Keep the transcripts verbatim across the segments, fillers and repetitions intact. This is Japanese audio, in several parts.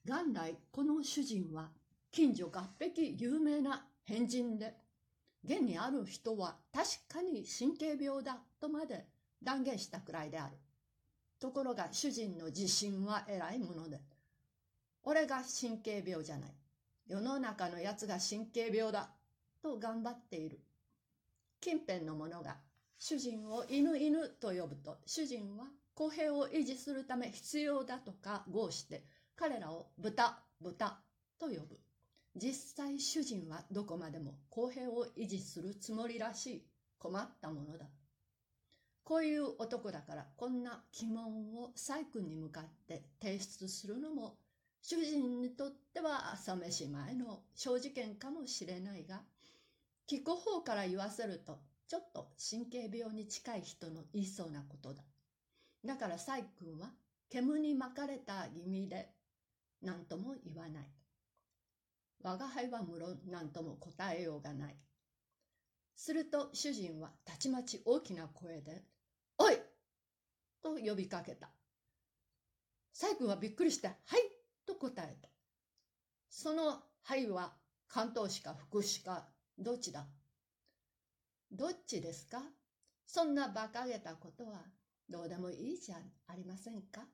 元来この主人は近所合璧有名な変人で、現にある人は確かに神経病だとまで断言したくらいである。ところが主人の自信は偉いもので、俺が神経病じゃない、世の中のやつが神経病だと頑張っている。近辺の者が主人を犬犬と呼ぶと、主人は公平を維持するため必要だとか豪して彼らを豚豚と呼ぶ。実際主人はどこまでも公平を維持するつもりらしい。困ったものだ。こういう男だから、こんな疑問を細君に向かって提出するのも主人にとっては朝飯前の小事件かもしれないが、聞く方から言わせるとちょっと神経病に近い人の言いそうなことだ。だから細君は煙に巻かれた気味で何とも言わない。我が輩は無論何とも答えようがない。すると主人はたちまち大きな声で「おい!」と呼びかけた。細君はびっくりして「はい!」と答えた。その「はい」は関東しか福祉かどっちだ？どっちですか？そんな馬鹿げたことはどうでもいいじゃありませんか。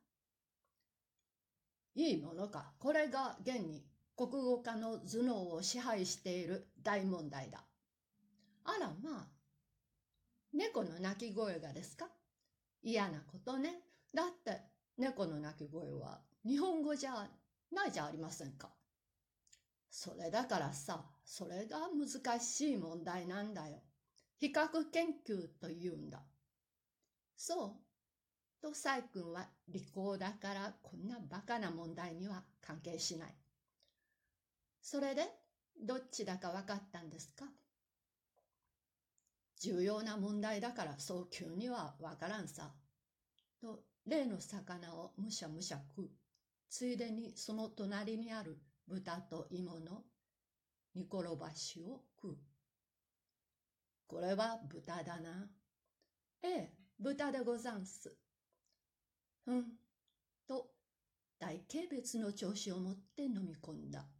いいものか。これが現に国語科の頭脳を支配している大問題だ。あらまあ、猫の鳴き声がですか？嫌なことね。だって猫の鳴き声は日本語じゃないじゃありませんか。それだからさ、それが難しい問題なんだよ。比較研究というんだ。そうと細君は利口だからこんなバカな問題には関係しない。それでどっちだか分かったんですか？重要な問題だからそう急には分からんさ。と例の魚をむしゃむしゃ食う。ついでにその隣にある豚と芋の煮転ばしを食う。これは豚だな。ええ、豚でござんす。ふん、と大軽蔑の調子を持って飲み込んだ。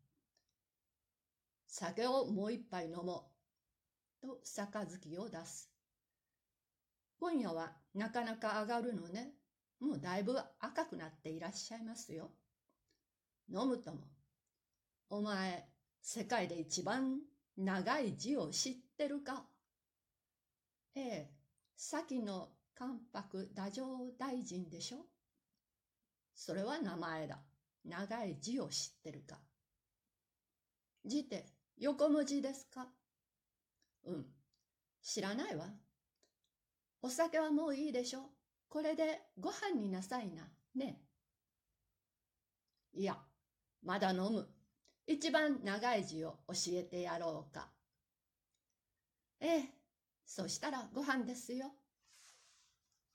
酒をもう一杯飲もう。と杯を出す。今夜はなかなか上がるのね。もうだいぶ赤くなっていらっしゃいますよ。飲むとも。お前、世界で一番長い字を知ってるか？ええ、先の関白太政大臣でしょ。それは名前だ。長い字を知ってるか？字って横文字ですか？うん、知らないわ。お酒はもういいでしょ。これでご飯になさいな。ね。いや、まだ飲む。一番長い字を教えてやろうか。ええ、そしたらご飯ですよ。